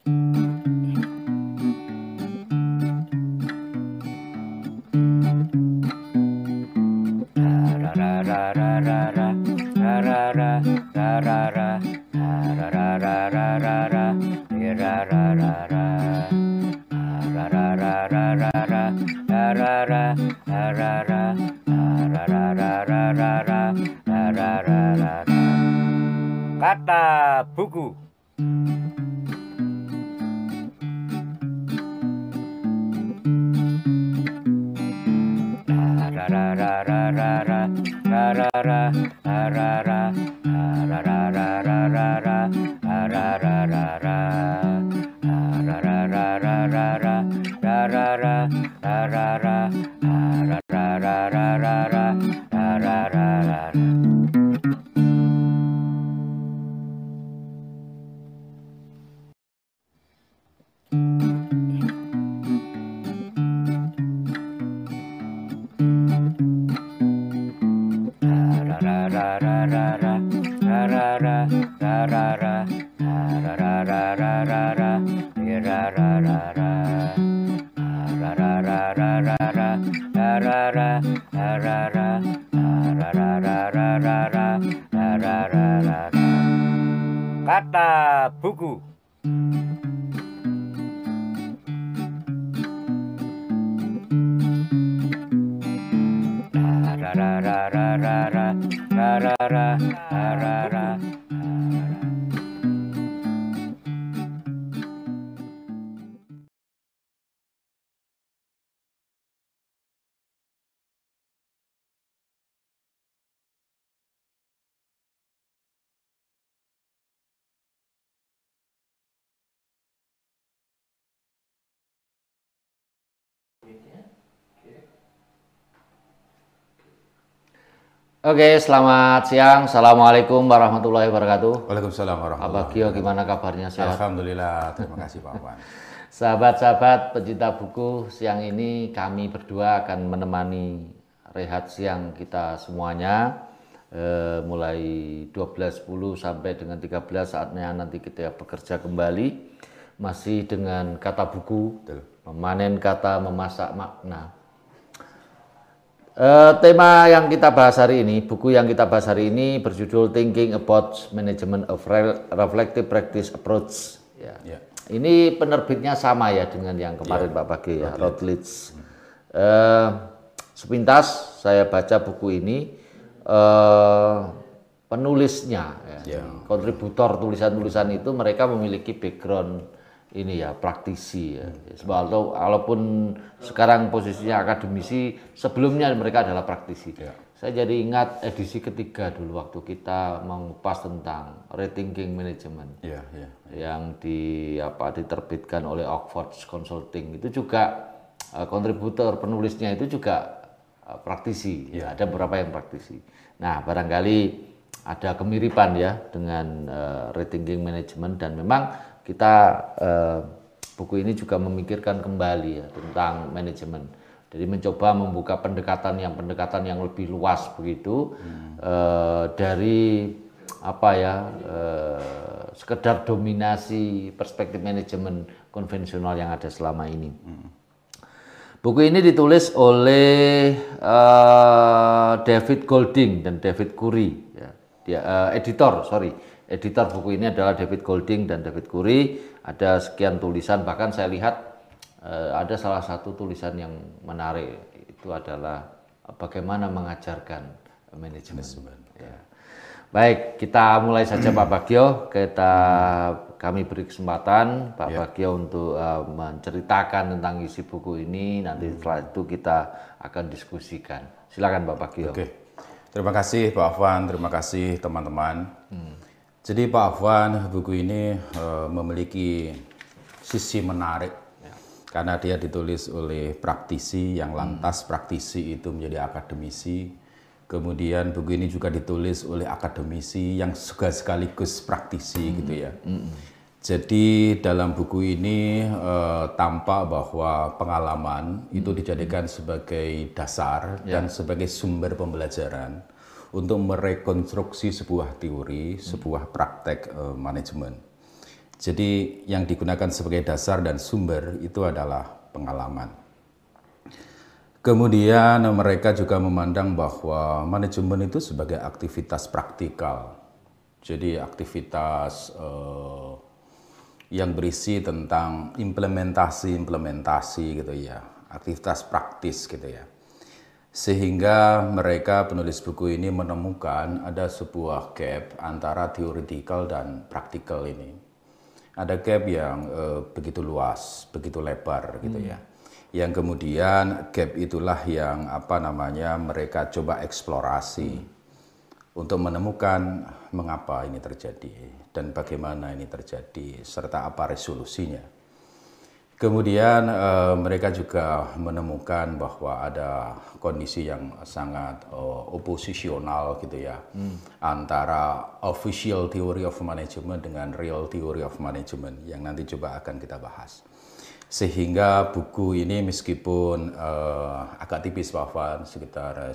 Kata buku. Kata buku. Oke, selamat siang. Assalamualaikum warahmatullahi wabarakatuh. Waalaikumsalam warahmatullahi Pak Bagio, gimana kabarnya? Sehat? Alhamdulillah, terima kasih Pak Afwan. Sahabat-sahabat pecinta buku, siang ini kami berdua akan menemani rehat siang kita semuanya. Mulai 12.10 sampai dengan 13 saatnya nanti kita bekerja kembali. Masih dengan kata buku, memanen kata, memasak makna. Tema yang kita bahas hari ini, buku yang kita bahas hari ini berjudul Thinking About Management of Reflective Practice Approach. Ya. Ini penerbitnya sama ya dengan yang kemarin Pak Bagio ya, Routledge. Sepintas saya baca buku ini, penulisnya, kontributor tulisan-tulisan itu mereka memiliki background ini ya, praktisi ya. Walaupun sekarang posisinya akademisi, sebelumnya mereka adalah praktisi. Saya jadi ingat edisi ketiga dulu waktu kita mengupas tentang rethinking management yang diterbitkan oleh Oxford Consulting. Itu juga kontributor penulisnya itu juga praktisi. Ada beberapa yang praktisi. Nah, barangkali ada kemiripan ya dengan rethinking management, dan memang kita buku ini juga memikirkan kembali ya tentang manajemen. Jadi mencoba membuka pendekatan yang lebih luas begitu, dari sekedar dominasi perspektif manajemen konvensional yang ada selama ini. Buku ini ditulis oleh David Golding dan David Curry. Editor buku ini adalah David Golding dan David Curry. Ada sekian tulisan, bahkan saya lihat ada salah satu tulisan yang menarik, itu adalah bagaimana mengajarkan manajemen. Ya. Baik, kita mulai saja Pak Bagio. Kami beri kesempatan Pak Bagio untuk menceritakan tentang isi buku ini. Nanti setelah itu kita akan diskusikan. Silakan Pak Bagio. Oke. Terima kasih Pak Afwan, terima kasih teman-teman. Jadi Pak Afwan, buku ini memiliki sisi menarik karena dia ditulis oleh praktisi yang lantas praktisi itu menjadi akademisi. Kemudian buku ini juga ditulis oleh akademisi yang juga sekaligus praktisi gitu ya. Jadi dalam buku ini tampak bahwa pengalaman itu dijadikan sebagai dasar dan sebagai sumber pembelajaran untuk merekonstruksi sebuah teori, sebuah praktek manajemen. Jadi yang digunakan sebagai dasar dan sumber itu adalah pengalaman. Kemudian mereka juga memandang bahwa manajemen itu sebagai aktivitas praktikal. Jadi aktivitas yang berisi tentang implementasi gitu ya, aktivitas praktis gitu ya. Sehingga mereka penulis buku ini menemukan ada sebuah gap antara theoretical dan praktikal ini. Ada gap yang begitu luas, begitu lebar gitu ya. Yang kemudian gap itulah yang mereka coba eksplorasi untuk menemukan mengapa ini terjadi dan bagaimana ini terjadi serta apa resolusinya. Kemudian mereka juga menemukan bahwa ada kondisi yang sangat oposisional gitu ya, antara official theory of management dengan real theory of management yang nanti coba akan kita bahas. Sehingga buku ini meskipun agak tipis Pak Afwan, sekitar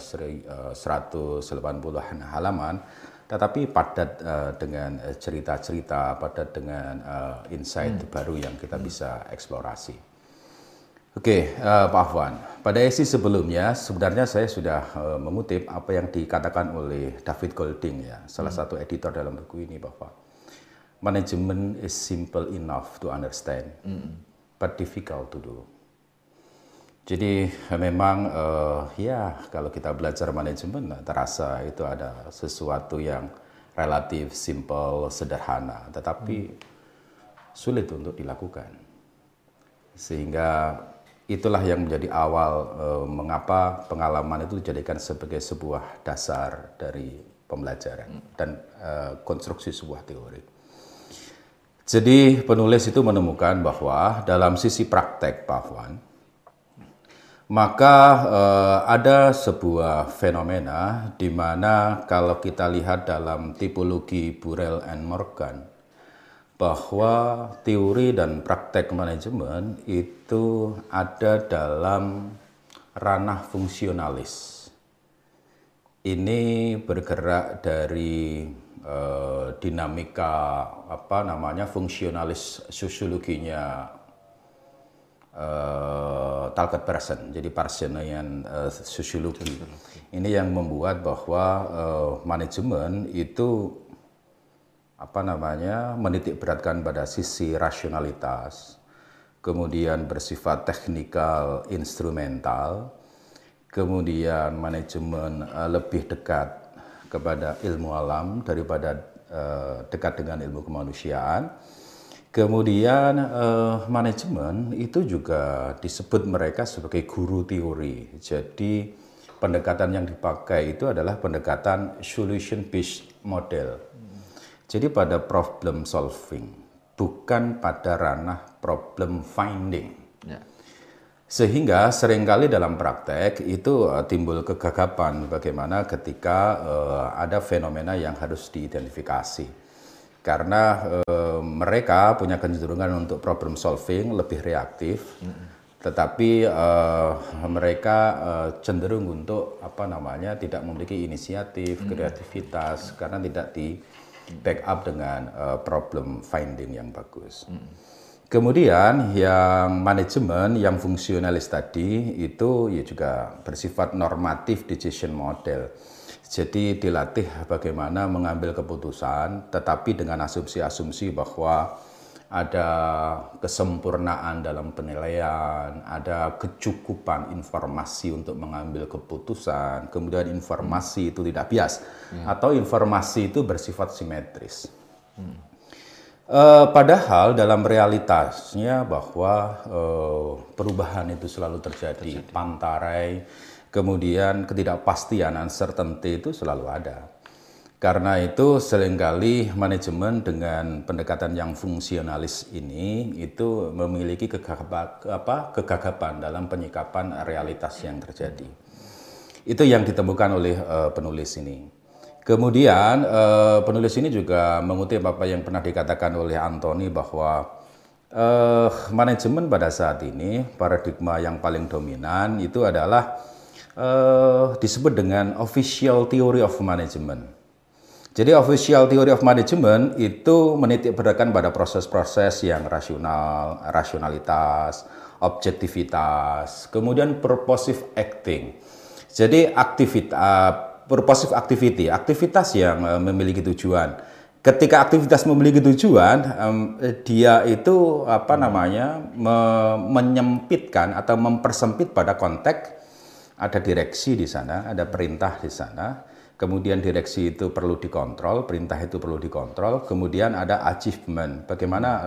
180-an halaman, tetapi padat dengan cerita-cerita, padat dengan insight baru yang kita bisa eksplorasi. Oke, Pak Afwan, pada sesi sebelumnya sebenarnya saya sudah mengutip apa yang dikatakan oleh David Golding ya, salah satu editor dalam buku ini bahwa management is simple enough to understand, but difficult to do. Jadi memang ya kalau kita belajar manajemen terasa itu ada sesuatu yang relatif simple, sederhana, tetapi sulit untuk dilakukan. Sehingga itulah yang menjadi awal mengapa pengalaman itu dijadikan sebagai sebuah dasar dari pembelajaran dan konstruksi sebuah teori. Jadi penulis itu menemukan bahwa dalam sisi praktek Pak Afwan, maka ada sebuah fenomena di mana kalau kita lihat dalam tipologi Burrell and Morgan bahwa teori dan praktek manajemen itu ada dalam ranah fungsionalis. Ini bergerak dari dinamika fungsionalis sosiologinya Talcott Persson, jadi Parsonian sosiologi. Ini yang membuat bahwa manajemen itu menitik beratkan pada sisi rasionalitas, kemudian bersifat teknikal, instrumental, kemudian manajemen lebih dekat kepada ilmu alam daripada dekat dengan ilmu kemanusiaan. Kemudian manajemen itu juga disebut mereka sebagai guru teori. Jadi pendekatan yang dipakai itu adalah pendekatan solution based model. Jadi pada problem solving, bukan pada ranah problem finding. Ya. Sehingga seringkali dalam praktek itu timbul kegagapan bagaimana ketika ada fenomena yang harus diidentifikasi. Karena mereka punya kecenderungan untuk problem solving lebih reaktif, tetapi mereka cenderung untuk tidak memiliki inisiatif, kreativitas karena tidak di backup dengan problem finding yang bagus. Kemudian yang manajemen, yang fungsionalis tadi itu ya juga bersifat normatif decision model. Jadi dilatih bagaimana mengambil keputusan, tetapi dengan asumsi-asumsi bahwa ada kesempurnaan dalam penilaian, ada kecukupan informasi untuk mengambil keputusan, kemudian informasi itu tidak bias, atau informasi itu bersifat simetris. Padahal dalam realitasnya bahwa perubahan itu selalu terjadi. Pantarai, kemudian ketidakpastian, uncertainty itu selalu ada. Karena itu seringkali manajemen dengan pendekatan yang fungsionalis ini itu memiliki kegagapan dalam penyikapan realitas yang terjadi. Itu yang ditemukan oleh penulis ini. Kemudian penulis ini juga mengutip apa yang pernah dikatakan oleh Anthony bahwa manajemen pada saat ini paradigma yang paling dominan itu adalah disebut dengan official theory of management. Jadi official theory of management itu menitik beratkan pada proses-proses yang rasional, rasionalitas, objektivitas, kemudian purposive acting. Jadi purposive activity, aktivitas yang memiliki tujuan. Ketika aktivitas memiliki tujuan, dia itu menyempitkan atau mempersempit pada konteks ada direksi di sana, ada perintah di sana. Kemudian direksi itu perlu dikontrol, perintah itu perlu dikontrol. Kemudian ada achievement, bagaimana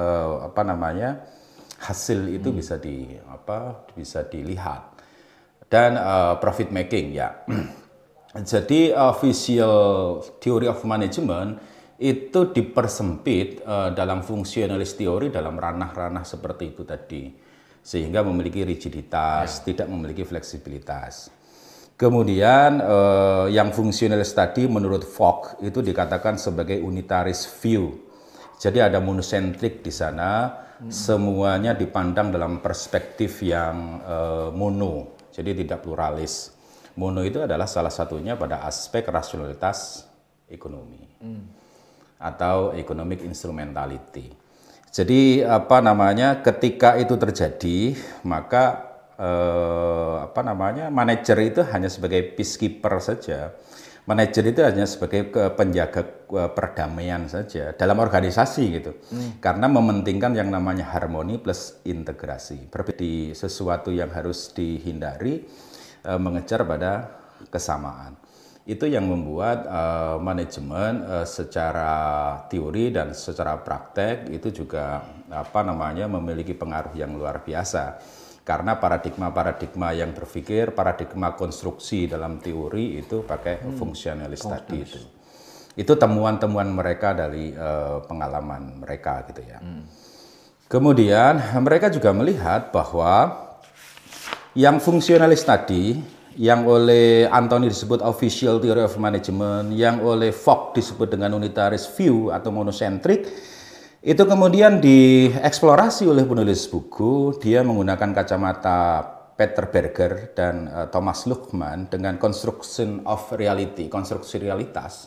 hasil itu bisa dilihat. Dan profit making ya. Jadi official theory of management itu dipersempit dalam fungsionalis teori dalam ranah-ranah seperti itu tadi, sehingga memiliki rigiditas, tidak memiliki fleksibilitas. Kemudian yang fungsionalis tadi menurut Fogg itu dikatakan sebagai unitaris view. Jadi ada monocentric di sana, semuanya dipandang dalam perspektif yang mono, jadi tidak pluralis. Mono itu adalah salah satunya pada aspek rasionalitas ekonomi atau economic instrumentality. Jadi ketika itu terjadi, maka manajer itu hanya sebagai peacekeeper saja. Manajer itu hanya sebagai penjaga perdamaian saja dalam organisasi gitu. Karena mementingkan yang namanya harmoni plus integrasi. Berbeda sesuatu yang harus dihindari, mengejar pada kesamaan. Itu yang membuat manajemen secara teori dan secara praktek itu juga memiliki pengaruh yang luar biasa. Karena paradigma yang berpikir, paradigma konstruksi dalam teori itu pakai fungsionalis tadi itu. Itu temuan-temuan mereka dari pengalaman mereka gitu ya. Kemudian mereka juga melihat bahwa yang fungsionalis tadi, yang oleh Anthony disebut official theory of management, yang oleh Fogg disebut dengan unitaris view atau monocentric, itu kemudian dieksplorasi oleh penulis buku. Dia menggunakan kacamata Peter Berger dan Thomas Luhmann dengan construction of reality, konstruksi realitas.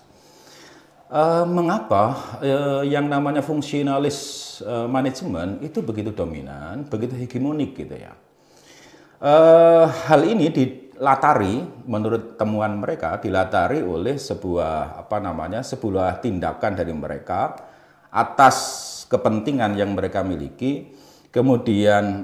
Mengapa yang namanya fungsionalis manajemen itu begitu dominan, begitu hegemonik gitu ya. Hal ini dilatari, menurut temuan mereka, dilatari oleh sebuah tindakan dari mereka atas kepentingan yang mereka miliki. Kemudian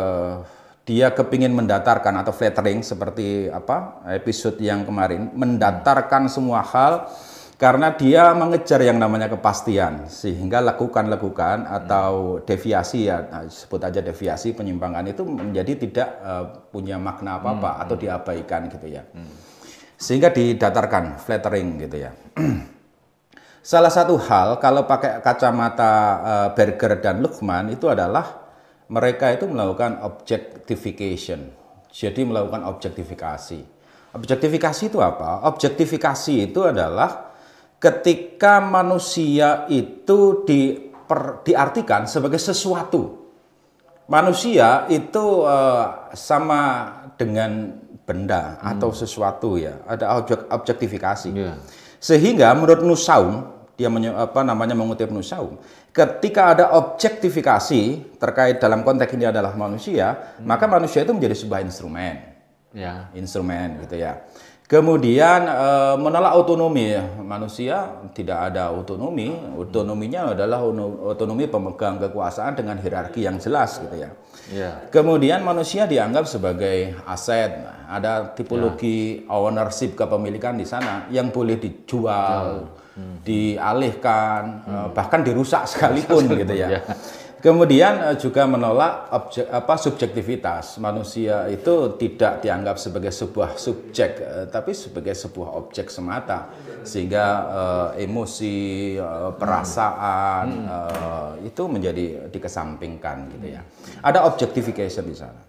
dia kepingin mendatarkan atau flattering seperti episode yang kemarin, mendatarkan semua hal karena dia mengejar yang namanya kepastian, sehingga lakukan atau deviasi ya, sebut aja deviasi, penyimpangan itu menjadi tidak punya makna apa-apa atau diabaikan gitu ya. Sehingga didatarkan, flattering gitu ya. Salah satu hal kalau pakai kacamata Berger dan Luhmann itu adalah mereka itu melakukan objectification. Jadi melakukan objektifikasi. Objektifikasi itu apa? Objektifikasi itu adalah ketika manusia itu diartikan sebagai sesuatu. Manusia itu sama dengan benda atau sesuatu ya. Ada objektifikasi. Sehingga menurut Nussbaum, dia mengutip Nussbaum, ketika ada objektifikasi terkait dalam konteks ini adalah manusia, maka manusia itu menjadi sebuah instrumen. Instrumen gitu ya. Kemudian menolak otonomi. Manusia tidak ada otonomi. Otonominya adalah otonomi pemegang kekuasaan dengan hierarki yang jelas gitu ya. Kemudian manusia dianggap sebagai aset. Ada tipologi ownership, kepemilikan di sana yang boleh dijual, dialihkan, bahkan dirusak sekalipun gitu ya. Kemudian juga menolak subjektivitas. Manusia itu tidak dianggap sebagai sebuah subjek, tapi sebagai sebuah objek semata. Sehingga emosi, perasaan itu menjadi dikesampingkan gitu ya. Ada objectification di sana.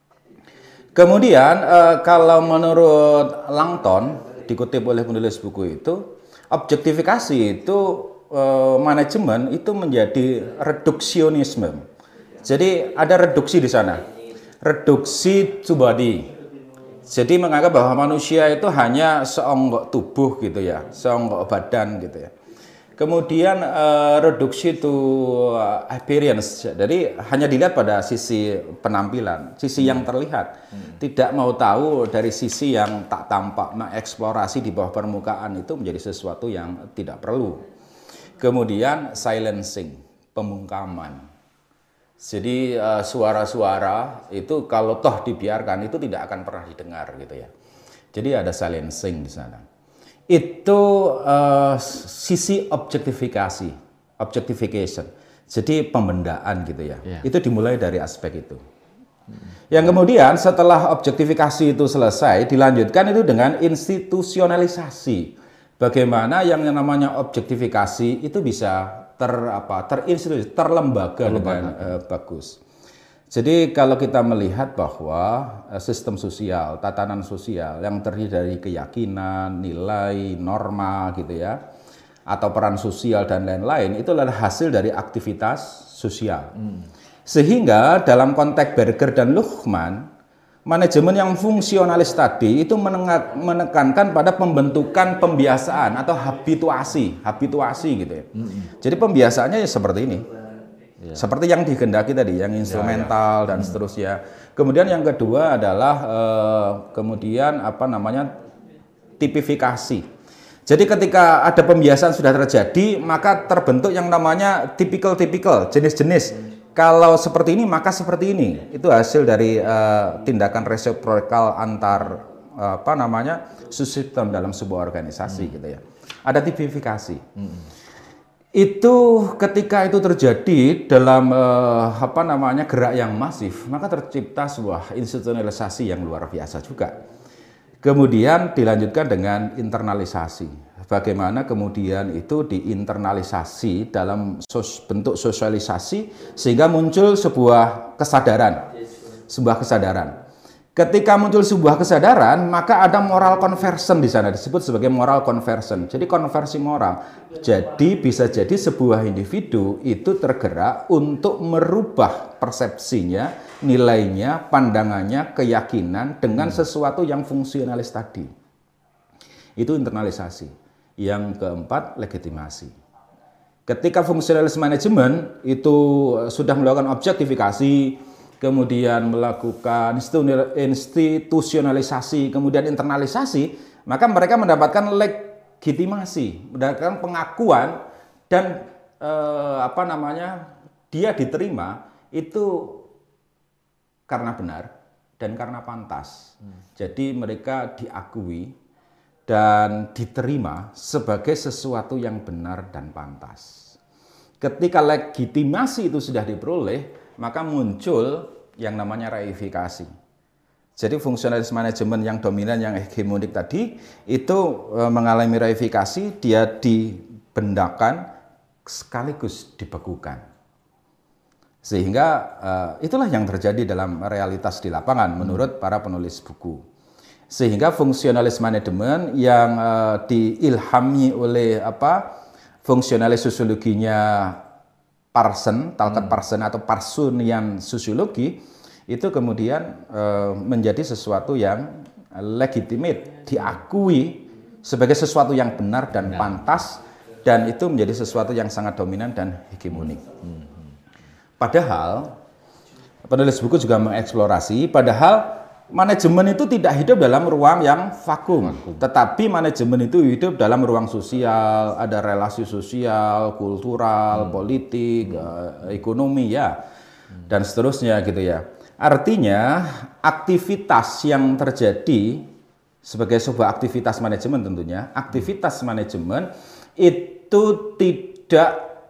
Kemudian kalau menurut Langton, dikutip oleh penulis buku itu, objektifikasi itu manajemen itu menjadi reduksionisme. Jadi ada reduksi di sana, reduksi to body. Jadi menganggap bahwa manusia itu hanya seonggok tubuh gitu ya, seonggok badan gitu ya. Kemudian reduksi to appearance, jadi hanya dilihat pada sisi penampilan, sisi yang terlihat. Tidak mau tahu dari sisi yang tak tampak, mengeksplorasi di bawah permukaan itu menjadi sesuatu yang tidak perlu. Kemudian silencing, pembungkaman. Jadi suara-suara itu kalau toh dibiarkan itu tidak akan pernah didengar gitu ya. Jadi ada silencing di sana. Itu sisi objectification. Jadi pembendaan gitu ya. Itu dimulai dari aspek itu. Yang kemudian setelah objektifikasi itu selesai, dilanjutkan itu dengan institusionalisasi. Bagaimana yang namanya objektifikasi itu bisa terinstitusi, terlembaga dengan bagus. Jadi kalau kita melihat bahwa sistem sosial, tatanan sosial yang terdiri dari keyakinan, nilai, norma gitu ya, atau peran sosial dan lain-lain, itu adalah hasil dari aktivitas sosial. Sehingga dalam konteks Berger dan Luhmann, manajemen yang fungsionalis tadi itu menekankan pada pembentukan pembiasaan atau habituasi gitu ya. Jadi pembiasaannya ya seperti ini. Seperti yang dikehendaki tadi, yang instrumental dan seterusnya. Kemudian yang kedua adalah tipifikasi. Jadi ketika ada pembiasaan sudah terjadi, maka terbentuk yang namanya tipikal, jenis-jenis. Kalau seperti ini, maka seperti ini. Itu hasil dari tindakan resiprokal antar subsistem dalam sebuah organisasi gitu ya. Ada tipifikasi. Itu ketika itu terjadi dalam gerak yang masif, maka tercipta sebuah institusionalisasi yang luar biasa juga. Kemudian dilanjutkan dengan internalisasi. Bagaimana kemudian itu diinternalisasi dalam bentuk sosialisasi sehingga muncul sebuah kesadaran. Ketika muncul sebuah kesadaran, maka ada moral conversion di sana, disebut sebagai moral conversion. Jadi konversi moral. Jadi bisa jadi sebuah individu itu tergerak untuk merubah persepsinya, nilainya, pandangannya, keyakinan dengan sesuatu yang fungsionalis tadi. Itu internalisasi. Yang keempat, legitimasi. Ketika fungsionalis manajemen itu sudah melakukan objektifikasi, kemudian melakukan institusionalisasi, kemudian internalisasi, maka mereka mendapatkan legitimasi, mendapatkan pengakuan dan dia diterima itu karena benar dan karena pantas. Jadi mereka diakui dan diterima sebagai sesuatu yang benar dan pantas. Ketika legitimasi itu sudah diperoleh, maka muncul yang namanya reifikasi. Jadi fungsionalis manajemen yang dominan, yang hegemonik tadi, itu mengalami reifikasi, dia dibendakan sekaligus dibekukan. Sehingga itulah yang terjadi dalam realitas di lapangan menurut para penulis buku. Sehingga fungsionalis manajemen yang diilhami oleh fungsionalis sosiologinya Talcott Parsons atau Parsonian sosiologi itu kemudian menjadi sesuatu yang legitimate, diakui sebagai sesuatu yang benar dan pantas, dan itu menjadi sesuatu yang sangat dominan dan hegemonik. Padahal penulis buku juga mengeksplorasi, padahal manajemen itu tidak hidup dalam ruang yang vakum, tetapi manajemen itu hidup dalam ruang sosial, ada relasi sosial, kultural, politik, ekonomi ya, dan seterusnya gitu ya. Artinya aktivitas yang terjadi sebagai sebuah aktivitas manajemen tentunya, aktivitas manajemen itu tidak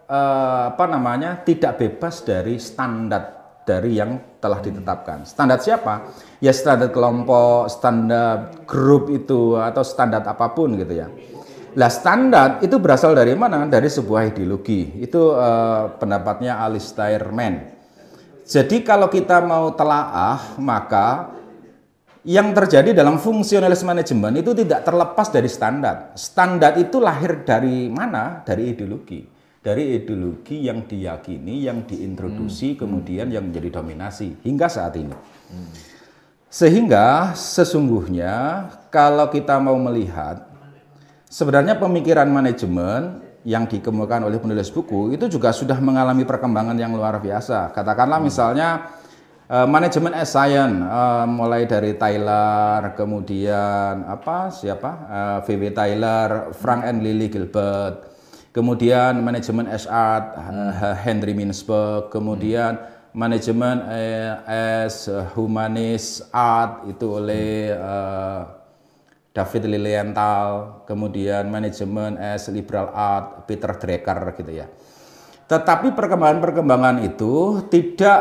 tidak bebas dari standar dari yang telah ditetapkan. Standar siapa? Ya standar kelompok, standar grup itu, atau standar apapun gitu ya. Lah standar itu berasal dari mana? Dari sebuah ideologi. Itu pendapatnya Alistair Mann. Jadi kalau kita mau telaah, maka yang terjadi dalam fungsionalis manajemen itu tidak terlepas dari standar. Standar itu lahir dari mana? Dari ideologi. Dari ideologi yang diyakini, yang diintroduksi, kemudian yang menjadi dominasi hingga saat ini. Sehingga sesungguhnya kalau kita mau melihat, sebenarnya pemikiran manajemen yang dikemukakan oleh penulis buku itu juga sudah mengalami perkembangan yang luar biasa. Katakanlah misalnya manajemen as science, mulai dari Tyler, kemudian V.W. Tyler, Frank and Lily Gilbert, kemudian manajemen as art, Henry Mintzberg, kemudian manajemen as humanist art itu oleh David Lilienthal, kemudian manajemen as liberal art Peter Drucker gitu ya. Tetapi perkembangan-perkembangan itu tidak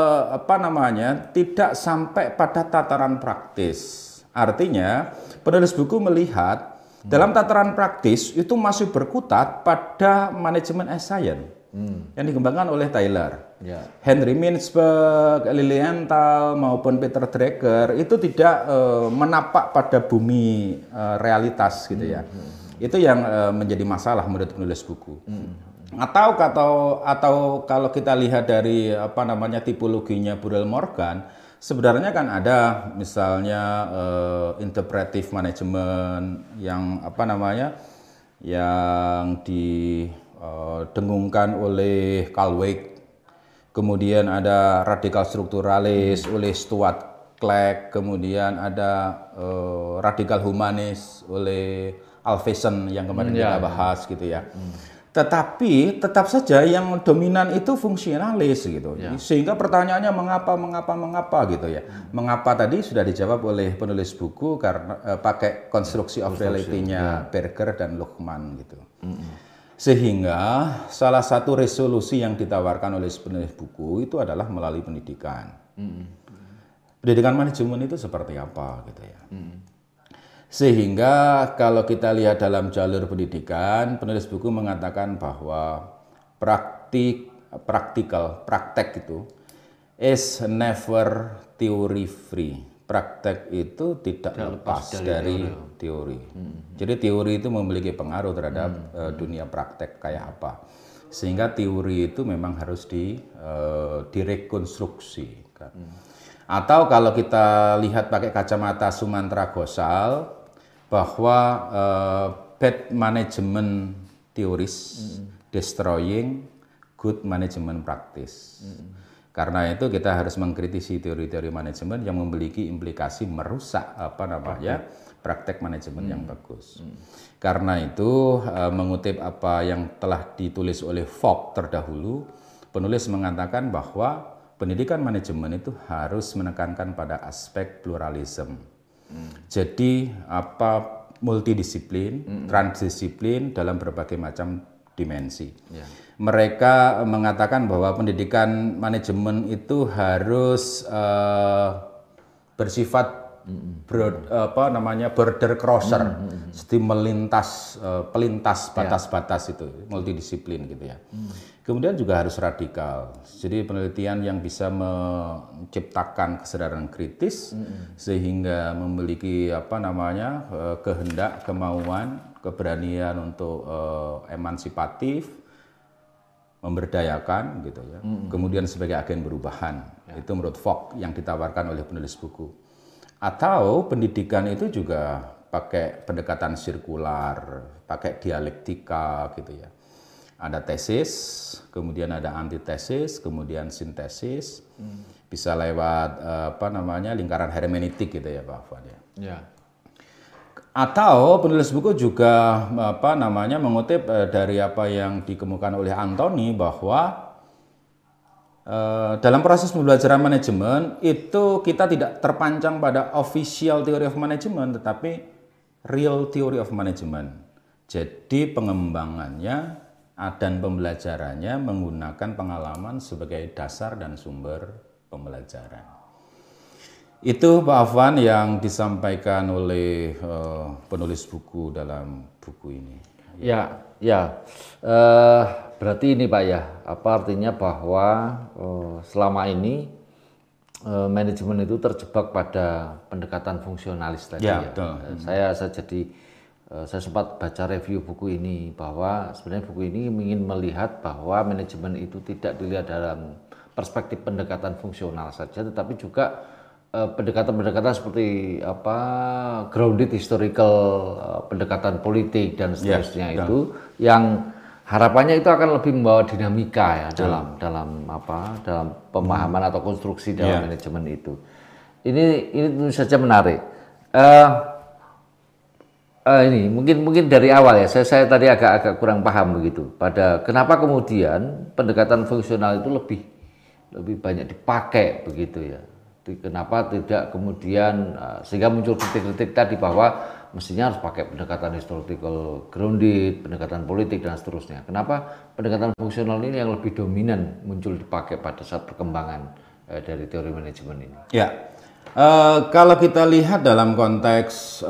tidak sampai pada tataran praktis. Artinya, penulis buku melihat dalam tataran praktis itu masih berkutat pada manajemen as science yang dikembangkan oleh Tyler. Henry Mintzberg, Lilienthal maupun Peter Drucker itu tidak menapak pada bumi realitas gitu ya. Itu yang menjadi masalah menurut penulis buku. Atau kalau kita lihat dari tipologinya Burrell Morgan, sebenarnya kan ada misalnya interpretive management yang yang didengungkan oleh Carl Weick, kemudian ada radikal strukturalis oleh Stuart Clegg, kemudian ada radikal humanis oleh Alvesen yang kemarin kita bahas gitu ya. Tetapi tetap saja yang dominan itu fungsionalis gitu. Sehingga pertanyaannya mengapa gitu ya. Mengapa tadi sudah dijawab oleh penulis buku karena pakai konstruksi of reality-nya Berger dan Luhmann gitu. Sehingga salah satu resolusi yang ditawarkan oleh penulis buku itu adalah melalui pendidikan. Pendidikan manajemen itu seperti apa gitu ya. Sehingga kalau kita lihat dalam jalur pendidikan, penulis buku mengatakan bahwa praktek itu is never theory free. Praktek itu tidak lepas dari teori. Jadi teori itu memiliki pengaruh terhadap dunia praktek kayak apa. Sehingga teori itu memang harus direkonstruksi. Atau kalau kita lihat pakai kacamata Sumantra Ghosal, bahwa bad management theories destroying good management practice. Karena itu kita harus mengkritisi teori-teori manajemen yang memiliki implikasi merusak praktek manajemen yang bagus. Karena itu mengutip apa yang telah ditulis oleh Fogg terdahulu, penulis mengatakan bahwa pendidikan manajemen itu harus menekankan pada aspek pluralisme. Jadi multidisiplin, transdisiplin dalam berbagai macam dimensi. Mereka mengatakan bahwa pendidikan manajemen itu harus bersifat border crosser, pelintas batas-batas itu, multidisiplin gitu ya. Kemudian juga harus radikal. Jadi penelitian yang bisa menciptakan kesadaran kritis sehingga memiliki kehendak, kemauan, keberanian untuk emancipatif, memberdayakan gitu ya. Kemudian sebagai agen perubahan. Itu menurut Fogg yang ditawarkan oleh penulis buku. Atau pendidikan itu juga pakai pendekatan sirkular, pakai dialektika gitu ya. Ada tesis, kemudian ada antitesis, kemudian sintesis. Bisa lewat lingkaran hermeneutik gitu ya Pak Afwan ya. Atau penulis buku juga mengutip dari apa yang dikemukakan oleh Anthony bahwa dalam proses pembelajaran manajemen itu kita tidak terpancang pada official theory of management, tetapi real theory of management. Jadi pengembangannya dan pembelajarannya menggunakan pengalaman sebagai dasar dan sumber pembelajaran. Itu Pak Afwan yang disampaikan oleh penulis buku dalam buku ini. Berarti ini Pak ya, apa artinya bahwa selama ini manajemen itu terjebak pada pendekatan fungsionalis tadi ya. Saya sempat baca review buku ini bahwa sebenarnya buku ini ingin melihat bahwa manajemen itu tidak dilihat dalam perspektif pendekatan fungsional saja, tetapi juga pendekatan-pendekatan seperti grounded historical, pendekatan politik dan seterusnya itu yang harapannya itu akan lebih membawa dinamika ya dalam pemahaman atau konstruksi dalam manajemen itu. Ini tentu saja menarik. Ini mungkin dari awal ya saya tadi agak kurang paham begitu pada kenapa kemudian pendekatan fungsional itu lebih banyak dipakai begitu ya. Kenapa tidak kemudian sehingga muncul kritik-kritik tadi bahwa mestinya harus pakai pendekatan historical grounded, pendekatan politik dan seterusnya. Kenapa pendekatan fungsional ini yang lebih dominan muncul dipakai pada saat perkembangan dari teori manajemen ini? Ya, kalau kita lihat dalam konteks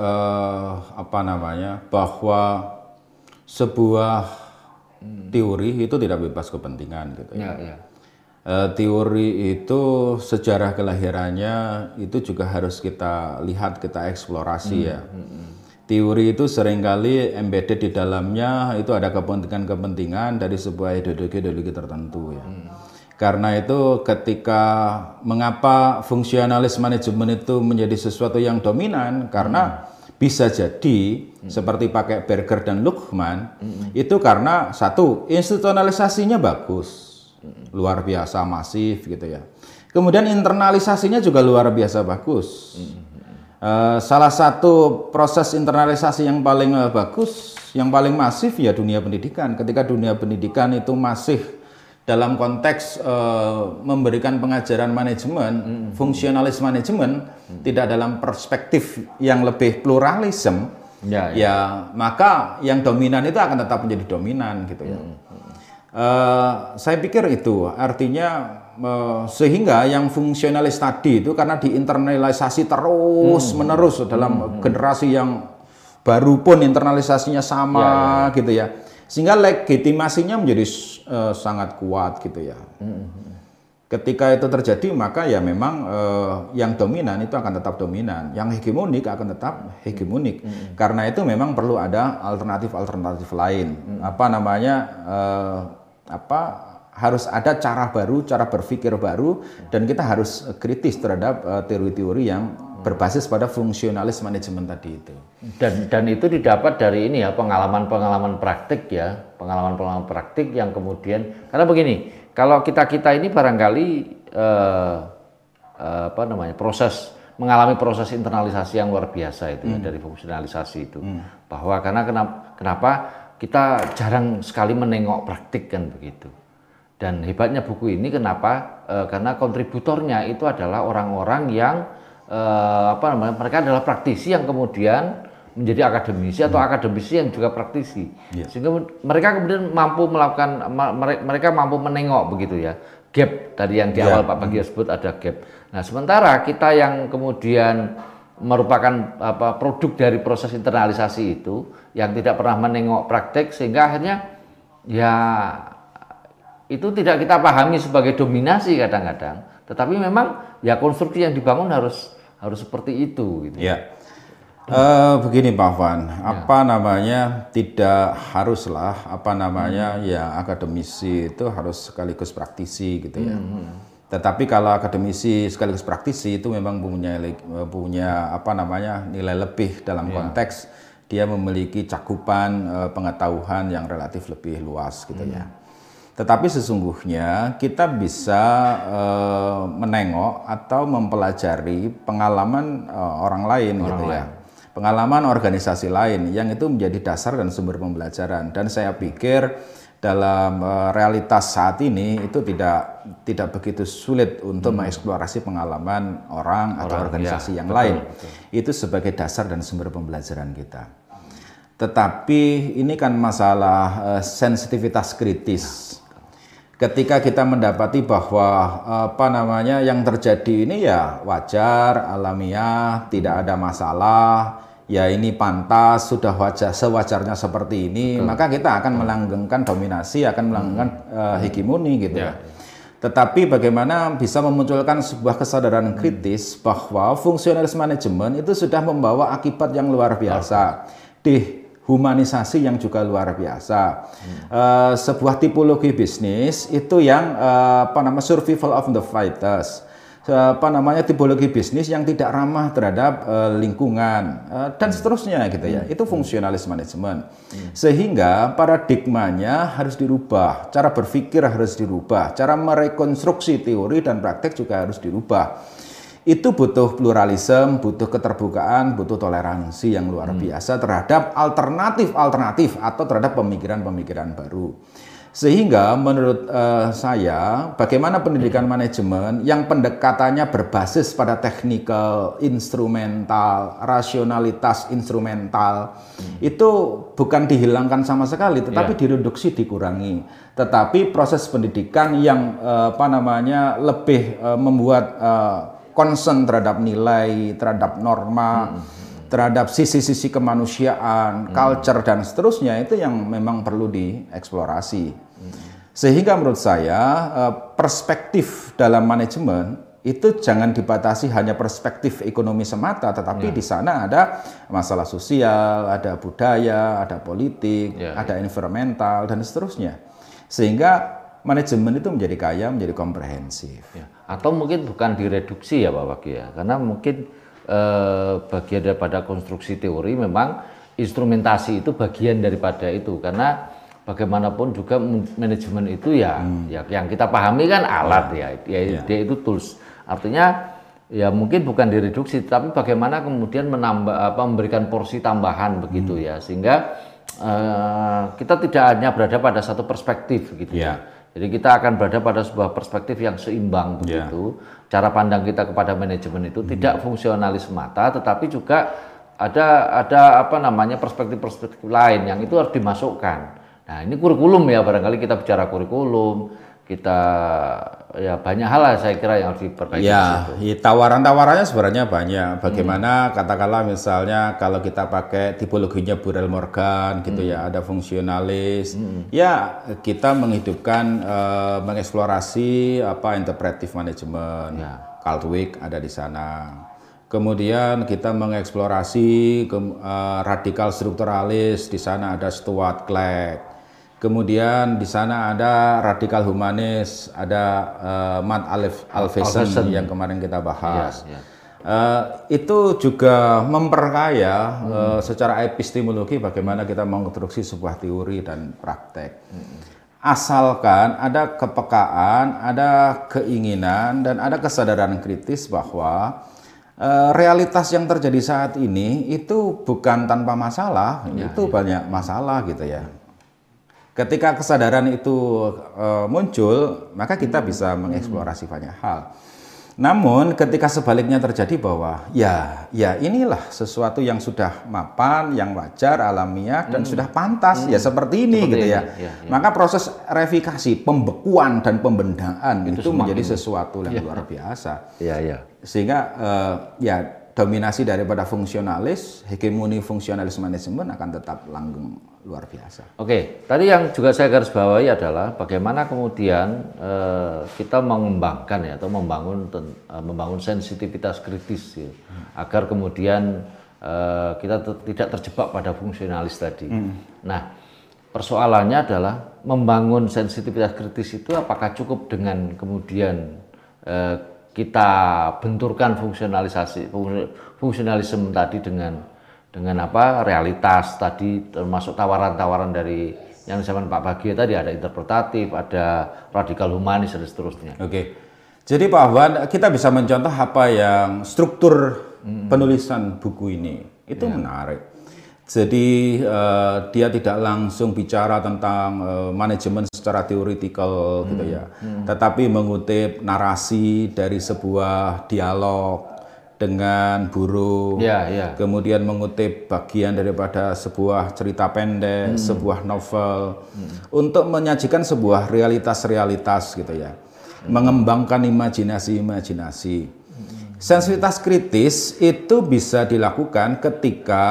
bahwa sebuah teori itu tidak bebas kepentingan gitu ya. Teori itu sejarah kelahirannya itu juga harus kita lihat, kita eksplorasi ya. Teori itu seringkali embedded di dalamnya itu ada kepentingan-kepentingan dari sebuah ideologi tertentu ya. Karena itu ketika mengapa fungsionalis manajemen itu menjadi sesuatu yang dominan, karena bisa jadi seperti pakai Berger dan Luhmann itu karena satu, institusionalisasinya bagus, luar biasa masif gitu ya. Kemudian internalisasinya juga luar biasa bagus. Salah satu proses internalisasi yang paling bagus, yang paling masif ya dunia pendidikan. Ketika dunia pendidikan itu masih dalam konteks memberikan pengajaran manajemen, fungsionalis manajemen, tidak dalam perspektif yang lebih pluralisme, ya maka yang dominan itu akan tetap menjadi dominan gitu ya. Saya pikir itu artinya sehingga yang fungsionalis tadi itu karena diinternalisasi terus menerus dalam generasi yang baru pun internalisasinya sama gitu ya, sehingga legitimasinya menjadi sangat kuat gitu ya. Ketika itu terjadi maka ya memang yang dominan itu akan tetap dominan, yang hegemonik akan tetap hegemonik. Karena itu memang perlu ada alternatif lain, harus ada cara baru, cara berpikir baru, dan kita harus kritis terhadap teori-teori yang berbasis pada fungsionalis manajemen tadi itu. Dan itu didapat dari ini ya, pengalaman-pengalaman praktik ya, pengalaman-pengalaman praktik yang kemudian, karena begini, kalau kita ini barangkali mengalami proses internalisasi yang luar biasa itu ya, dari fungsionalisasi itu, bahwa karena kenapa kita jarang sekali menengok praktik kan begitu. Dan hebatnya buku ini kenapa? Karena kontributornya itu adalah orang-orang yang mereka adalah praktisi yang kemudian menjadi akademisi atau akademisi yang juga praktisi. Sehingga mereka kemudian mampu melakukan, mereka mampu menengok begitu ya. Gap tadi yang di awal Pak Bagio sebut ada gap. Nah, sementara kita yang kemudian merupakan produk dari proses internalisasi itu yang tidak pernah menengok praktek, sehingga akhirnya ya itu tidak kita pahami sebagai dominasi kadang-kadang, tetapi memang ya konstruksi yang dibangun harus seperti itu gitu. Ya. Begini Pak Van, tidak haruslah ya akademisi itu harus sekaligus praktisi gitu ya. Tetapi kalau akademisi sekaligus praktisi itu memang punya nilai lebih dalam konteks dia memiliki cakupan pengetahuan yang relatif lebih luas gitu ya. Tetapi sesungguhnya kita bisa menengok atau mempelajari pengalaman orang lain gitu ya. Pengalaman organisasi lain yang itu menjadi dasar dan sumber pembelajaran. Dan saya pikir dalam realitas saat ini itu tidak begitu sulit untuk mengeksplorasi pengalaman orang atau organisasi yang lain. Itu sebagai dasar dan sumber pembelajaran kita. Tetapi ini kan masalah sensitivitas kritis. Ketika kita mendapati bahwa yang terjadi ini ya wajar, alamiah, tidak ada masalah, ya ini pantas, sudah sewajarnya seperti ini, maka kita akan melanggengkan dominasi, akan melanggengkan hegemoni gitu ya. Tetapi bagaimana bisa memunculkan sebuah kesadaran kritis bahwa fungsionalis manajemen itu sudah membawa akibat yang luar biasa. Humanisasi yang juga luar biasa. Sebuah tipologi bisnis itu yang survival of the fittest. tipologi bisnis yang tidak ramah terhadap lingkungan dan seterusnya gitu ya. Itu fungsionalis manajemen. Sehingga paradigmanya harus dirubah, cara berpikir harus dirubah, cara merekonstruksi teori dan praktek juga harus dirubah. Itu butuh pluralisme, butuh keterbukaan, butuh toleransi yang luar biasa terhadap alternatif atau terhadap pemikiran-pemikiran baru. Sehingga menurut saya, bagaimana pendidikan manajemen yang pendekatannya berbasis pada teknikal, instrumental, rasionalitas instrumental, itu bukan dihilangkan sama sekali, tetapi direduksi, dikurangi. Tetapi proses pendidikan yang lebih membuat concern terhadap nilai, terhadap norma, terhadap sisi-sisi kemanusiaan, culture dan seterusnya, itu yang memang perlu dieksplorasi. Sehingga menurut saya perspektif dalam manajemen itu jangan dibatasi hanya perspektif ekonomi semata, tetapi di sana ada masalah sosial, ada budaya, ada politik, ada environmental dan seterusnya. Sehingga manajemen itu menjadi kaya, menjadi komprehensif. Atau mungkin bukan direduksi ya Pak Wagi ya, karena mungkin bagian daripada konstruksi teori memang instrumentasi itu bagian daripada itu, karena bagaimanapun juga manajemen itu ya yang kita pahami kan alat dia itu tools, artinya ya mungkin bukan direduksi tapi bagaimana kemudian memberikan porsi tambahan begitu ya, sehingga kita tidak hanya berada pada satu perspektif gitu ya. Jadi kita akan berada pada sebuah perspektif yang seimbang begitu. Cara pandang kita kepada manajemen itu tidak fungsionalis semata, tetapi juga ada perspektif-perspektif lain yang itu harus dimasukkan. Nah, ini kurikulum ya, barangkali kita bicara kurikulum, kita ya banyak hal lah saya kira yang harus diperbaiki. Ya, tawaran-tawarannya sebenarnya banyak. Bagaimana katakanlah misalnya kalau kita pakai tipologinya Burrell Morgan gitu ya, ada fungsionalis. Ya, kita menghidupkan mengeksplorasi interpretive management. Caldwell ada di sana. Kemudian kita mengeksplorasi radikal strukturalis, di sana ada Stuart Clegg. Kemudian di sana ada radikal humanis, ada Matt Alvesen yang kemarin kita bahas. Itu juga memperkaya secara epistemologi bagaimana kita mengonstruksi sebuah teori dan praktek. Asalkan ada kepekaan, ada keinginan, dan ada kesadaran kritis bahwa realitas yang terjadi saat ini itu bukan tanpa masalah, itu banyak masalah gitu ya. Ketika kesadaran itu muncul, maka kita bisa mengeksplorasi banyak hal. Namun ketika sebaliknya terjadi bahwa ya inilah sesuatu yang sudah mapan, yang wajar, alamiah dan sudah pantas ya seperti ini gitu ya. Maka proses revikasi, pembekuan dan pembendaan itu menjadi sesuatu yang luar biasa. Sehingga dominasi daripada fungsionalis, hegemoni fungsionalis manajemen akan tetap langgeng luar biasa. Oke, tadi yang juga saya garis bawahi adalah bagaimana kemudian kita mengembangkan ya atau membangun sensitivitas kritis ya, agar kemudian kita tidak terjebak pada fungsionalis tadi. Nah, persoalannya adalah membangun sensitivitas kritis itu apakah cukup dengan kemudian kita benturkan fungsionalisme tadi dengan realitas tadi, termasuk tawaran-tawaran dari yang disampaikan Pak Bagio tadi, ada interpretatif, ada radikal humanis dan seterusnya. Oke. Jadi Pak Afwan, kita bisa mencontoh apa yang struktur penulisan buku ini. Itu menarik. Jadi dia tidak langsung bicara tentang manajemen secara teoritikal gitu ya. Tetapi mengutip narasi dari sebuah dialog dengan buruh, kemudian mengutip bagian daripada sebuah cerita pendek, sebuah novel, untuk menyajikan sebuah realitas-realitas gitu ya, mengembangkan imajinasi-imajinasi. Sensitivitas kritis itu bisa dilakukan ketika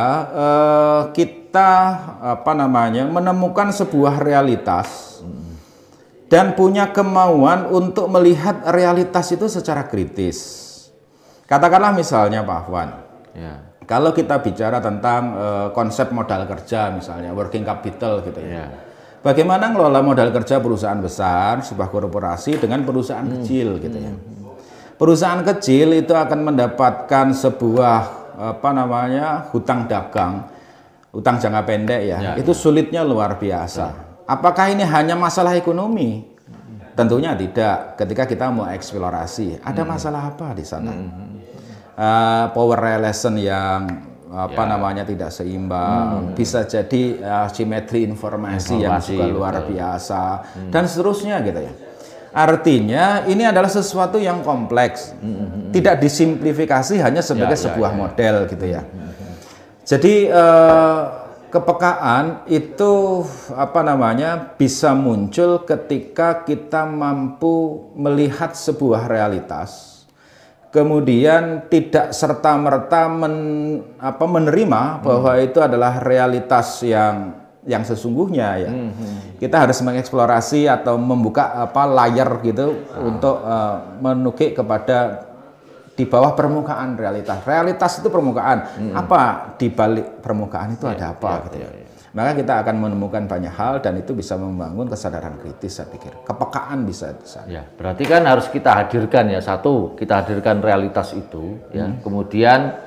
kita menemukan sebuah realitas dan punya kemauan untuk melihat realitas itu secara kritis. Katakanlah misalnya Pak Afwan, kalau kita bicara tentang konsep modal kerja misalnya, working capital gitu ya. Bagaimana ngelola modal kerja perusahaan besar, sebuah korporasi dengan perusahaan kecil gitu ya. Perusahaan kecil itu akan mendapatkan sebuah hutang dagang, hutang jangka pendek ya. Itu sulitnya luar biasa. Apakah ini hanya masalah ekonomi? Tentunya tidak. Ketika kita mau eksplorasi, ada masalah apa di sana? Power relation yang tidak seimbang, bisa jadi simetri informasi yang juga luar biasa dan seterusnya gitu ya. Artinya ini adalah sesuatu yang kompleks, tidak disimplifikasi hanya sebagai sebuah model gitu ya. Jadi kepekaan itu bisa muncul ketika kita mampu melihat sebuah realitas, kemudian tidak serta-merta menerima bahwa itu adalah realitas yang sesungguhnya ya. Kita harus mengeksplorasi atau membuka layar gitu untuk menukik kepada di bawah permukaan realitas. Realitas itu permukaan. Apa di balik permukaan itu ada apa gitu ya. Maka kita akan menemukan banyak hal dan itu bisa membangun kesadaran kritis, saya pikir. Kepekaan bisa di sana. Ya, berarti kan harus kita hadirkan ya. Satu, kita hadirkan realitas itu ya. Kemudian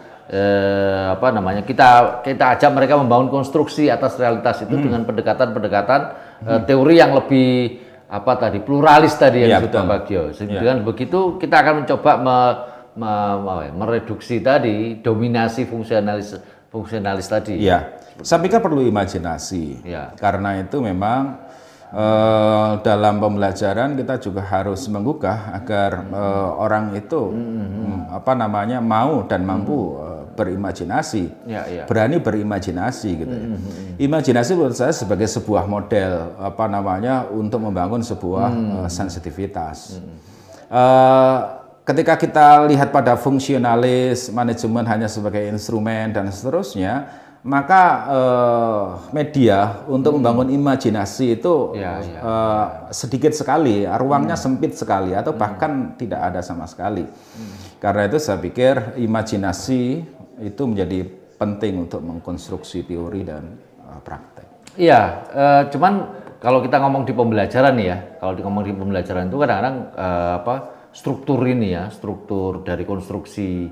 kita ajak mereka membangun konstruksi atas realitas itu dengan pendekatan-pendekatan teori yang lebih pluralis tadi yang sudah Pak Gio. Dengan begitu kita akan mencoba mereduksi tadi dominasi fungsionalis tadi. Ya, saya pikir perlu imajinasi. Ya. Karena itu memang dalam pembelajaran kita juga harus menggugah agar orang itu mau dan mampu berimajinasi, berani berimajinasi gitu ya. Imajinasi menurut saya sebagai sebuah model untuk membangun sebuah sensitivitas. Ketika kita lihat pada fungsionalis, manajemen hanya sebagai instrumen dan seterusnya, maka media untuk membangun imajinasi itu sedikit sekali, ruangnya sempit sekali atau bahkan tidak ada sama sekali. Karena itu saya pikir imajinasi itu menjadi penting untuk mengkonstruksi teori dan praktek. Iya, cuman kalau kita ngomong di pembelajaran nih ya, kalau ngomong di pembelajaran itu kadang-kadang struktur ini ya, struktur dari konstruksi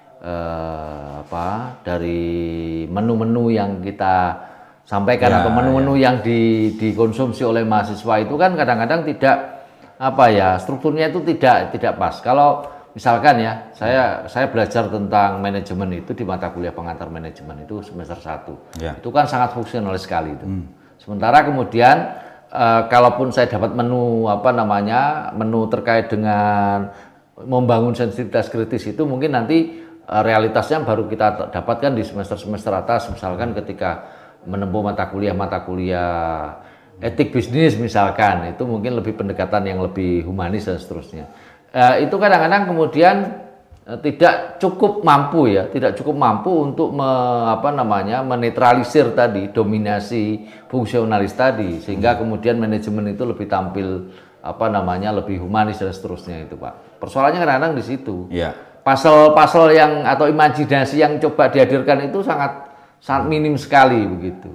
dari menu-menu yang kita sampaikan atau menu-menu yang dikonsumsi oleh mahasiswa itu kan kadang-kadang tidak strukturnya itu tidak pas. Kalau misalkan ya, saya belajar tentang manajemen itu di mata kuliah pengantar manajemen itu semester 1. Itu kan sangat fungsional sekali itu. Sementara kemudian kalaupun saya dapat menu menu terkait dengan membangun sensitivitas kritis itu mungkin nanti realitasnya baru kita dapatkan di semester-semester atas, misalkan ketika menempuh mata kuliah etik bisnis misalkan, itu mungkin lebih pendekatan yang lebih humanis dan seterusnya. Itu kadang-kadang kemudian tidak cukup mampu untuk menetralisir tadi dominasi fungsionalis tadi, sehingga kemudian manajemen itu lebih tampil lebih humanis dan seterusnya itu Pak. Persoalannya kadang-kadang di situ. Pasal-pasal yang atau imajinasi yang coba dihadirkan itu sangat minim sekali begitu.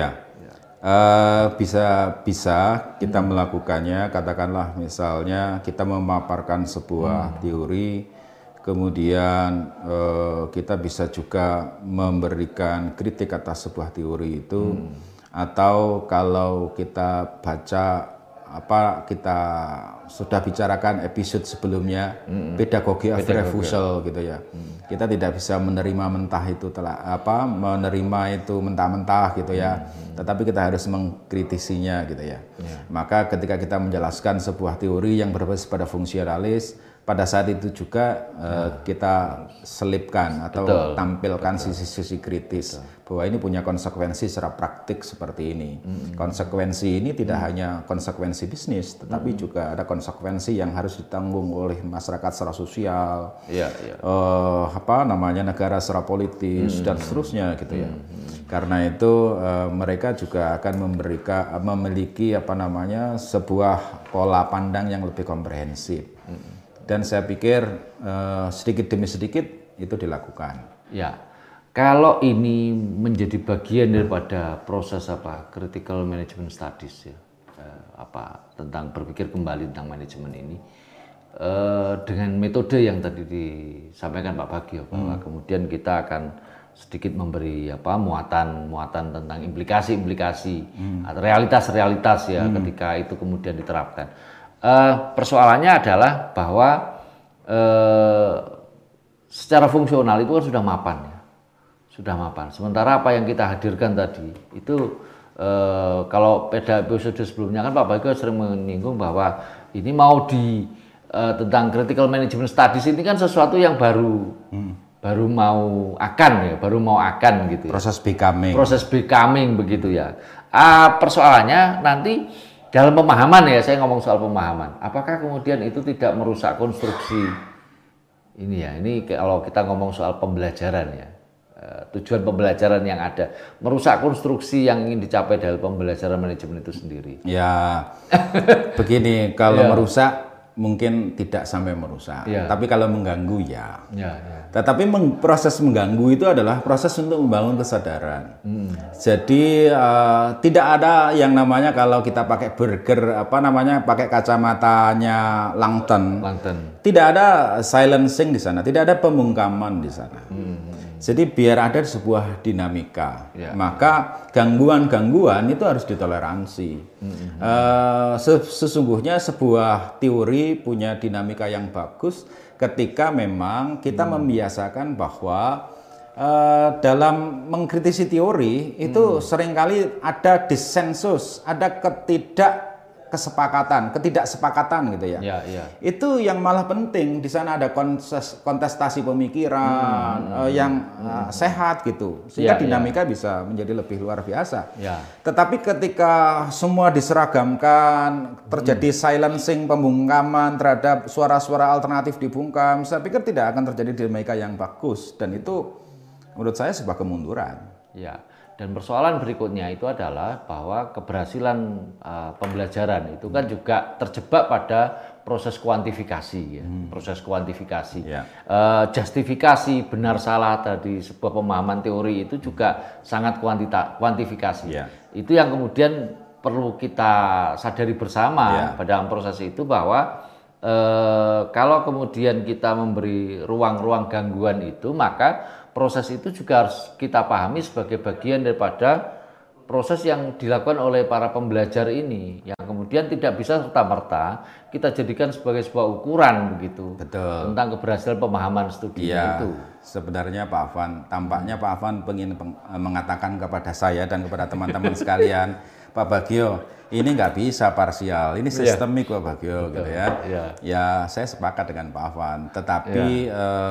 Bisa kita melakukannya, katakanlah misalnya kita memaparkan sebuah teori, kemudian kita bisa juga memberikan kritik atas sebuah teori itu, atau kalau kita baca kita sudah bicarakan episode sebelumnya, pedagogi of refusal gitu ya. Kita tidak bisa menerima mentah itu menerima itu mentah-mentah gitu ya. Tetapi kita harus mengkritisinya gitu ya. Maka ketika kita menjelaskan sebuah teori yang berbasis pada fungsionalis, pada saat itu juga kita selipkan atau tampilkan sisi-sisi kritis bahwa ini punya konsekuensi secara praktik seperti ini. Konsekuensi ini tidak hanya konsekuensi bisnis, tetapi juga ada konsekuensi yang harus ditanggung oleh masyarakat secara sosial, negara secara politis dan seterusnya gitu ya. Karena itu mereka juga akan memiliki sebuah pola pandang yang lebih komprehensif. Dan saya pikir sedikit demi sedikit itu dilakukan. Ya, kalau ini menjadi bagian daripada proses critical management studies ya, tentang berpikir kembali tentang manajemen ini, dengan metode yang tadi disampaikan Pak Bagio bahwa kemudian kita akan sedikit memberi muatan tentang implikasi-implikasi atau realitas-realitas ya ketika itu kemudian diterapkan. Persoalannya adalah bahwa secara fungsional itu kan sudah mapan ya. Sudah mapan. Sementara apa yang kita hadirkan tadi itu kalau pada episode sebelumnya kan Pak Bagio sering menyinggung bahwa ini mau tentang critical management studies ini kan sesuatu yang baru mau akan gitu ya. Proses becoming begitu ya. Persoalannya nanti dalam pemahaman ya, saya ngomong soal pemahaman. Apakah kemudian itu tidak merusak konstruksi ini ya? Ini kalau kita ngomong soal pembelajaran ya. Tujuan pembelajaran yang ada, merusak konstruksi yang ingin dicapai dari pembelajaran manajemen itu sendiri. Ya, begini, kalau merusak mungkin tidak sampai merusak, tapi kalau mengganggu ya. Tetapi proses mengganggu itu adalah proses untuk membangun kesadaran. Jadi tidak ada yang namanya kalau kita pakai burger pakai kacamatanya Langton. Tidak ada silencing di sana, tidak ada pembungkaman di sana. Jadi biar ada sebuah dinamika, maka gangguan-gangguan itu harus ditoleransi. Sesungguhnya sebuah teori punya dinamika yang bagus ketika memang kita membiasakan bahwa dalam mengkritisi teori itu seringkali ada dissensus, ada ketidaksepakatan gitu ya. Itu yang malah penting. Di sana ada kontestasi pemikiran yang sehat gitu, sehingga dinamika bisa menjadi lebih luar biasa. Tetapi ketika semua diseragamkan, terjadi silencing, pembungkaman terhadap suara-suara alternatif dibungkam, saya pikir tidak akan terjadi dinamika yang bagus, dan itu menurut saya sebuah kemunduran. Dan persoalan berikutnya itu adalah bahwa keberhasilan pembelajaran itu kan juga terjebak pada proses kuantifikasi ya. Proses kuantifikasi. Justifikasi benar salah tadi sebuah pemahaman teori itu juga sangat kuantifikasi. Itu yang kemudian perlu kita sadari bersama pada proses itu, bahwa kalau kemudian kita memberi ruang-ruang gangguan itu, maka proses itu juga harus kita pahami sebagai bagian daripada proses yang dilakukan oleh para pembelajar ini, yang kemudian tidak bisa serta-merta kita jadikan sebagai sebuah ukuran begitu. Tentang keberhasilan pemahaman studi itu. Sebenarnya Pak Afwan, tampaknya Pak Afwan ingin mengatakan kepada saya dan kepada teman-teman sekalian, Pak Bagio, ini nggak bisa parsial, ini sistemik Pak Bagio, gitu ya. Ya, saya sepakat dengan Pak Afwan, tetapi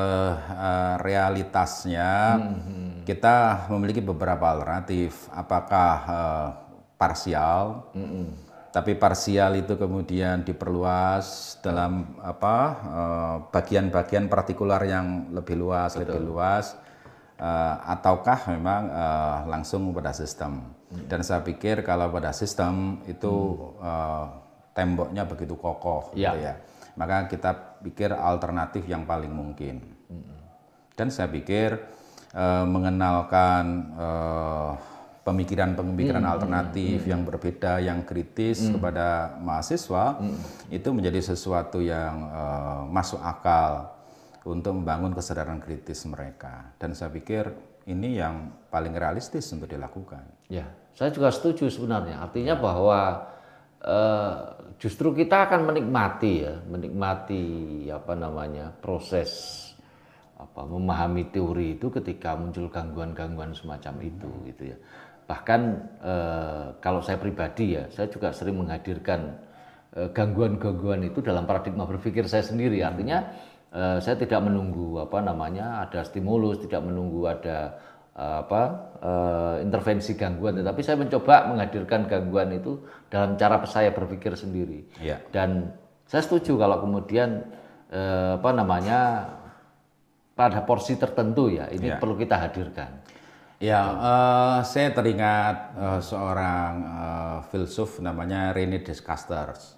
realitasnya kita memiliki beberapa alternatif. Apakah parsial? Tapi parsial itu kemudian diperluas dalam bagian-bagian partikular yang lebih luas, ataukah memang langsung pada sistem. Dan saya pikir kalau pada sistem itu temboknya begitu kokoh, gitu ya. Maka kita pikir alternatif yang paling mungkin. Dan saya pikir mengenalkan pemikiran-pemikiran alternatif yang berbeda, yang kritis kepada mahasiswa, itu menjadi sesuatu yang masuk akal untuk membangun kesadaran kritis mereka. Dan saya pikir ini yang paling realistis untuk dilakukan. Saya juga setuju sebenarnya. Artinya bahwa justru kita akan menikmati proses memahami teori itu ketika muncul gangguan-gangguan semacam itu, gitu ya. Bahkan kalau saya pribadi ya, saya juga sering menghadirkan gangguan-gangguan itu dalam paradigma berpikir saya sendiri. Artinya saya tidak menunggu ada stimulus, tidak menunggu ada intervensi gangguan, tetapi saya mencoba menghadirkan gangguan itu dalam cara saya berpikir sendiri. Dan saya setuju kalau kemudian pada porsi tertentu ya ini perlu kita hadirkan. Saya teringat seorang filsuf namanya René Descartes.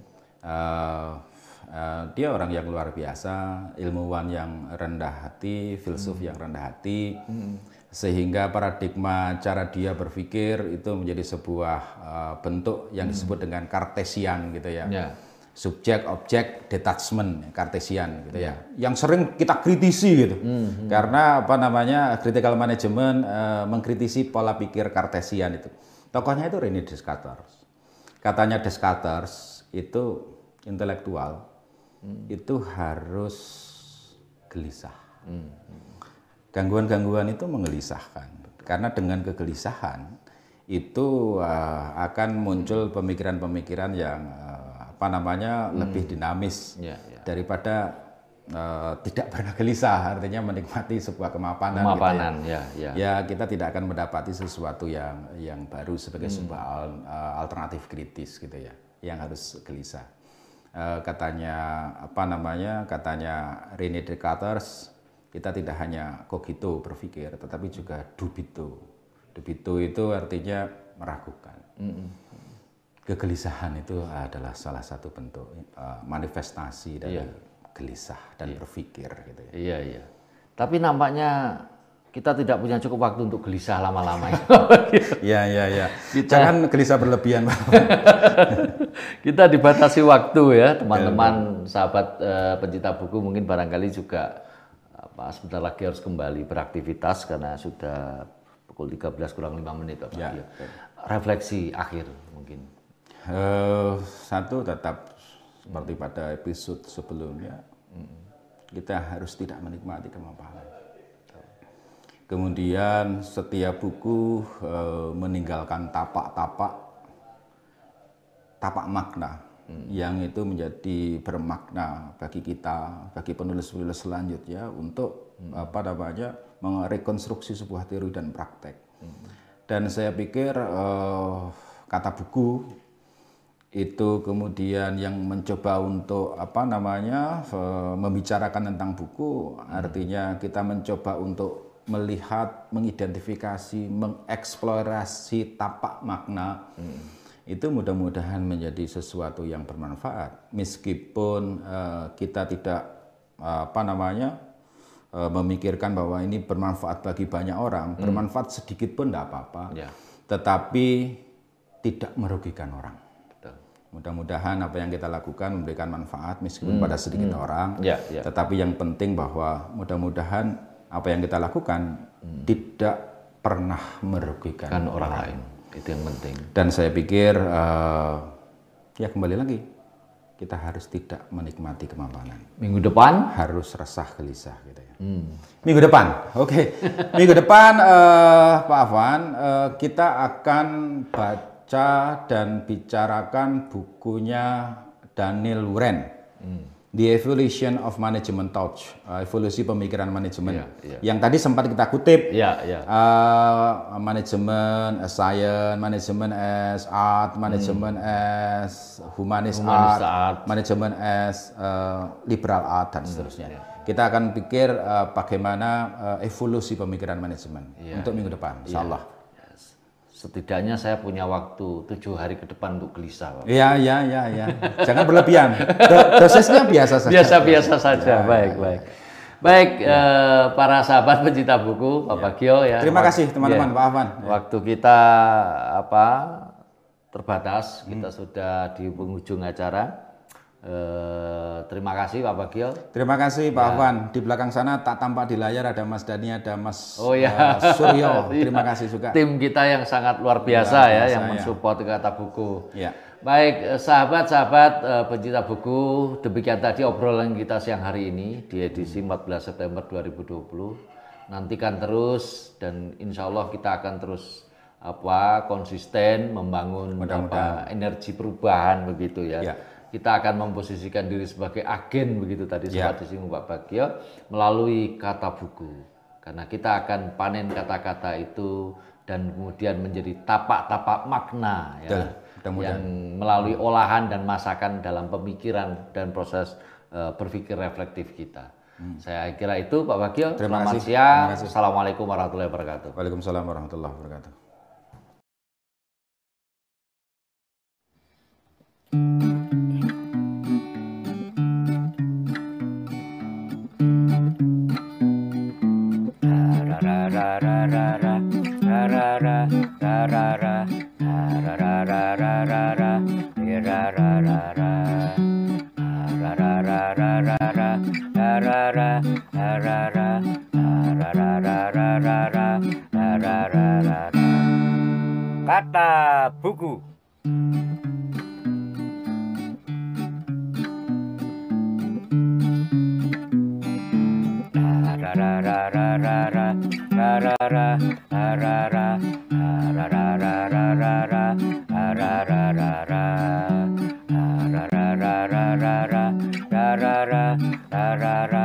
Dia orang yang luar biasa, ilmuwan yang rendah hati, filsuf yang rendah hati, sehingga paradigma cara dia berpikir itu menjadi sebuah bentuk yang disebut dengan Kartesian, gitu ya. subjek objek detachment Cartesian gitu ya. Yang sering kita kritisi gitu. Karena apa namanya critical management mengkritisi pola pikir Cartesian itu. Tokohnya itu René Descartes. Katanya Descartes itu intelektual itu harus gelisah. Gangguan-gangguan itu menggelisahkan. Karena dengan kegelisahan itu akan muncul pemikiran-pemikiran yang lebih dinamis daripada tidak pernah gelisah, artinya menikmati sebuah kemapanan. Gitu ya. Ya kita tidak akan mendapati sesuatu yang baru sebagai sebuah alternatif kritis gitu ya, yang harus gelisah. Katanya René Descartes, kita tidak hanya cogito berpikir, tetapi juga dubito. Dubito itu artinya meragukan. Kegelisahan itu adalah salah satu bentuk manifestasi dari gelisah dan berpikir gitu ya. Iya. Tapi nampaknya kita tidak punya cukup waktu untuk gelisah lama-lama. Iya. Jangan gelisah berlebihan, Pak. Kita dibatasi waktu ya, teman-teman, sahabat pencinta buku mungkin barangkali juga sebentar lagi harus kembali beraktivitas karena sudah pukul 13 kurang 5 menit. Refleksi akhir mungkin. Satu, tetap seperti pada episode sebelumnya, kita harus tidak menikmati kemapanan. Kemudian setiap buku meninggalkan tapak makna yang itu menjadi bermakna bagi kita, bagi penulis-penulis selanjutnya untuk merekonstruksi sebuah teori dan praktek. Dan saya pikir kata buku itu kemudian yang mencoba untuk membicarakan tentang buku, artinya kita mencoba untuk melihat, mengidentifikasi, mengeksplorasi tapak makna. Itu mudah-mudahan menjadi sesuatu yang bermanfaat, meskipun kita tidak memikirkan bahwa ini bermanfaat bagi banyak orang, bermanfaat sedikit pun tidak apa-apa, tetapi tidak merugikan orang. Mudah-mudahan apa yang kita lakukan memberikan manfaat meskipun pada sedikit orang, tetapi yang penting bahwa mudah-mudahan apa yang kita lakukan tidak pernah merugikan orang lain. Itu yang penting. Dan saya pikir ya kembali lagi, kita harus tidak menikmati kemapanan. Minggu depan harus resah gelisah gitu ya. Minggu depan, oke. Minggu depan Pak Afwan, kita akan baca dan bicarakan bukunya Daniel Wuren, The Evolution of Management Thought, evolusi pemikiran manajemen. Yang tadi sempat kita kutip, manajemen as science, manajemen as art, manajemen as humanis art, manajemen as liberal art dan seterusnya. Kita akan pikir bagaimana evolusi pemikiran manajemen untuk minggu depan, insya Allah. Setidaknya saya punya waktu 7 hari ke depan untuk gelisah. Iya. Jangan berlebihan. Dosisnya biasa saja. Biasa saja. Baik, para sahabat pencinta buku, Pak Bagio ya. Terima kasih teman-teman, Pak Afwan. Waktu kita terbatas, kita sudah di penghujung acara. Terima kasih Pak Bagio. Terima kasih Pak Afwan. Di belakang sana tak tampak di layar ada Mas Dani, ada Mas Suryo. Terima kasih juga. Tim kita yang sangat luar biasa yang mensupport kata buku. Baik, sahabat-sahabat pencinta buku, demikian tadi obrolan kita siang hari ini di edisi 14 September 2020. Nantikan terus dan insya Allah kita akan terus konsisten membangun energi perubahan begitu ya. Kita akan memposisikan diri sebagai agen begitu tadi sempat disinggung Pak Bagio melalui kata buku. Karena kita akan panen kata-kata itu dan kemudian menjadi tapak-tapak makna yang melalui olahan dan masakan dalam pemikiran dan proses berpikir reflektif kita. Saya kira itu Pak Bagio. Selamat siang. Assalamualaikum warahmatullahi wabarakatuh. Waalaikumsalam warahmatullahi wabarakatuh. Kata buku. Ra ra ra